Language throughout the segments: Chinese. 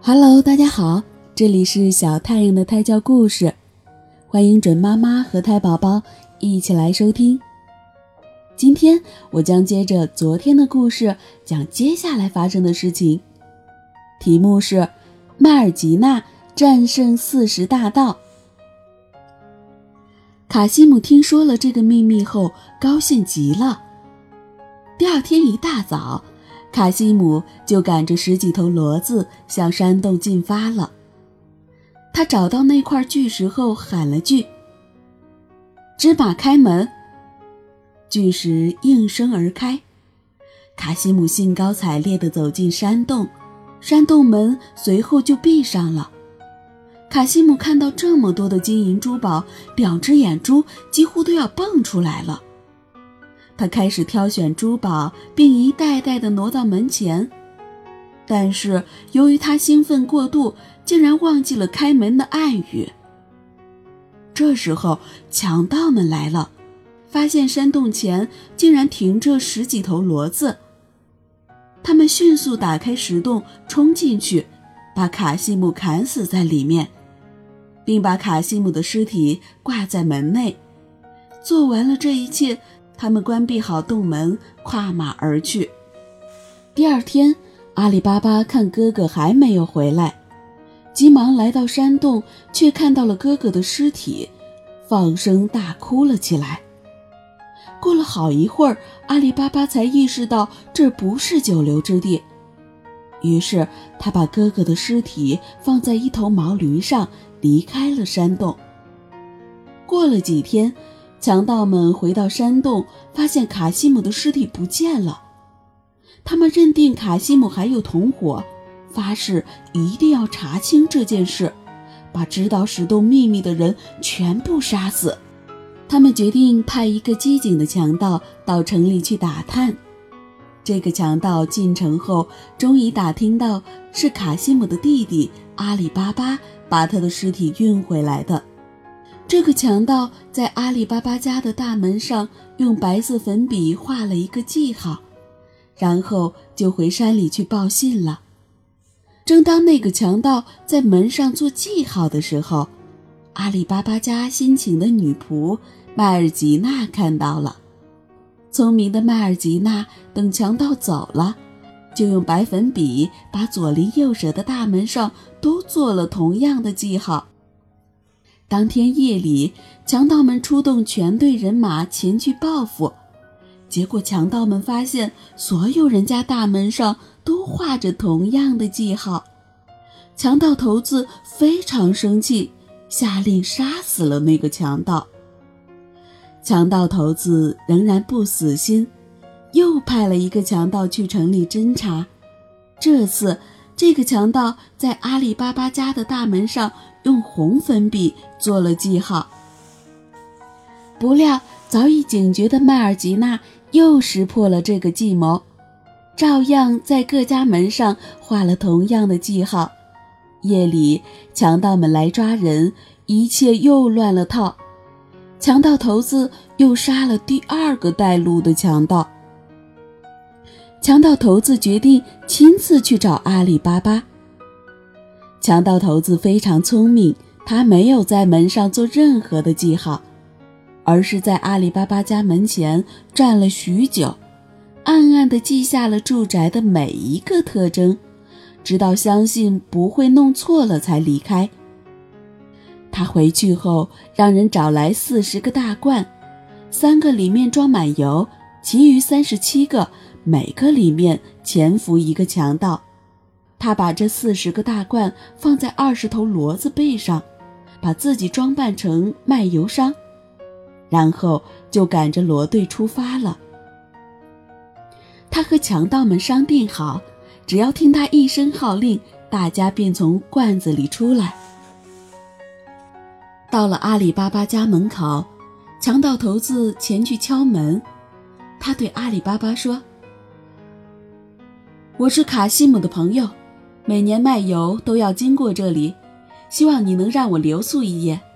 Hello， 大家好，这里是小太阳的胎教故事，欢迎准妈妈和胎宝宝一起来收听。今天我将接着昨天的故事讲接下来发生的事情，题目是麦尔吉娜战胜40大盗。卡西姆听说了这个秘密后高兴极了。第二天一大早，卡西姆就赶着10几头骡子向山洞进发了。他找到那块巨石后喊了句：“芝麻开门！”巨石应声而开，卡西姆兴高采烈地走进山洞，山洞门随后就闭上了。卡西姆看到这么多的金银珠宝，2只眼珠几乎都要蹦出来了。他开始挑选珠宝，并一袋袋地挪到门前。但是由于他兴奋过度，竟然忘记了开门的暗语。这时候强盗们来了，发现山洞前竟然停着10几头骡子。他们迅速打开石洞，冲进去，把卡西姆砍死在里面，并把卡西姆的尸体挂在门内。做完了这一切，他们关闭好洞门，跨马而去。第二天，阿里巴巴看哥哥还没有回来，急忙来到山洞，却看到了哥哥的尸体，放声大哭了起来。过了好一会儿，阿里巴巴才意识到这不是久留之地，于是他把哥哥的尸体放在一头毛驴上，离开了山洞。过了几天，强盗们回到山洞，发现卡西姆的尸体不见了。他们认定卡西姆还有同伙，发誓一定要查清这件事，把知道石洞秘密的人全部杀死。他们决定派一个机警的强盗到城里去打探。这个强盗进城后，终于打听到是卡西姆的弟弟阿里巴巴把他的尸体运回来的。这个强盗在阿里巴巴家的大门上用白色粉笔画了一个记号，然后就回山里去报信了。正当那个强盗在门上做记号的时候，阿里巴巴家新请的女仆麦尔吉娜看到了。聪明的麦尔吉娜等强盗走了，就用白粉笔把左邻右舍的大门上都做了同样的记号。当天夜里，强盗们出动全队人马前去报复，结果强盗们发现所有人家大门上都画着同样的记号。强盗头子非常生气，下令杀死了那个强盗。强盗头子仍然不死心，又派了一个强盗去城里侦查。这次这个强盗在阿里巴巴家的大门上用红粉笔做了记号。不料早已警觉的麦尔吉娜又识破了这个计谋，照样在各家门上画了同样的记号。夜里强盗们来抓人，一切又乱了套。强盗头子又杀了第2个带路的强盗。强盗头子决定亲自去找阿里巴巴。强盗头子非常聪明，他没有在门上做任何的记号，而是在阿里巴巴家门前站了许久，暗暗地记下了住宅的每一个特征，直到相信不会弄错了才离开。他回去后让人找来40个大罐，3个里面装满油，其余37个每个里面潜伏一个强盗。他把这40个大罐放在20头骡子背上，把自己装扮成卖油商，然后就赶着骡队出发了。他和强盗们商定好，只要听他一声号令，大家便从罐子里出来。到了阿里巴巴家门口，强盗头子前去敲门。他对阿里巴巴说：“我是卡西姆的朋友，每年卖油都要经过这里，希望你能让我留宿一夜。”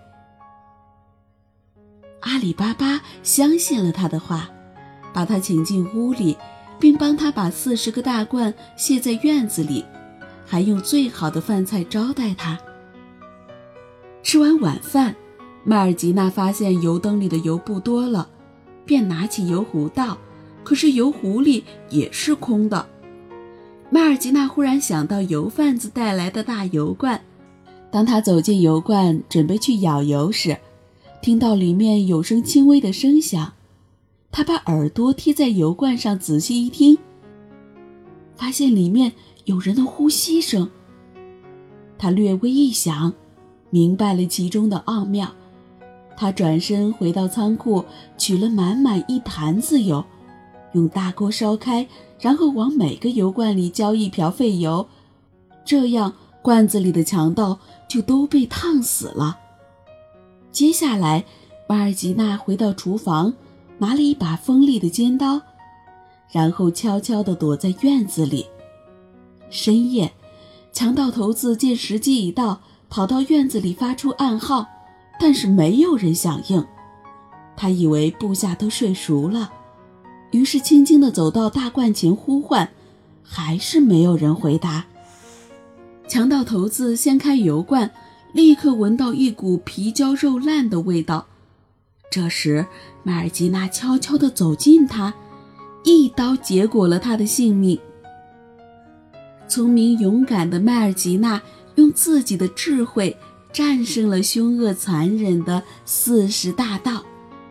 阿里巴巴相信了他的话，把他请进屋里，并帮他把40个大罐卸在院子里， 还用最好的饭菜招待他。吃完晚饭，麦尔吉娜发现油灯里的油不多了，便拿起油壶倒，可是油壶里也是空的。麦尔吉娜忽然想到油贩子带来的大油罐，当她走进油罐准备去舀油时，听到里面有声轻微的声响。她把耳朵贴在油罐上仔细一听，发现里面有人的呼吸声。她略微一想，明白了其中的奥妙。她转身回到仓库，取了满满一坛子油，用大锅烧开，然后往每个油罐里浇一瓢废油，这样罐子里的强盗就都被烫死了。接下来，马尔吉娜回到厨房，拿了一把锋利的尖刀，然后悄悄地躲在院子里。深夜，强盗头子见时机已到，跑到院子里发出暗号，但是没有人响应。他以为部下都睡熟了，于是轻轻地走到大罐前呼唤，还是没有人回答。强盗头子掀开油罐，立刻闻到一股皮焦肉烂的味道。这时麦尔吉娜悄悄地走近他，一刀结果了他的性命。聪明勇敢的麦尔吉娜用自己的智慧战胜了凶恶残忍的40大盗。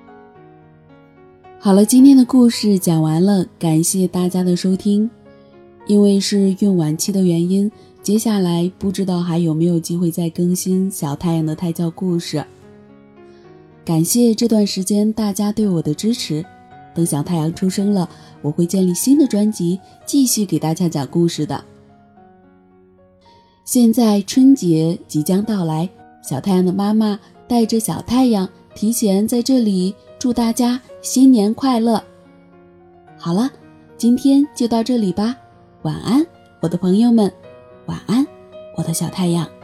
好了，今天的故事讲完了，感谢大家的收听。因为是孕晚期的原因，接下来不知道还有没有机会再更新小太阳的胎教故事。感谢这段时间大家对我的支持，等小太阳出生了，我会建立新的专辑，继续给大家讲故事的。现在春节即将到来，小太阳的妈妈带着小太阳提前在这里祝大家新年快乐。好了，今天就到这里吧，晚安，我的朋友们，晚安，我的小太阳。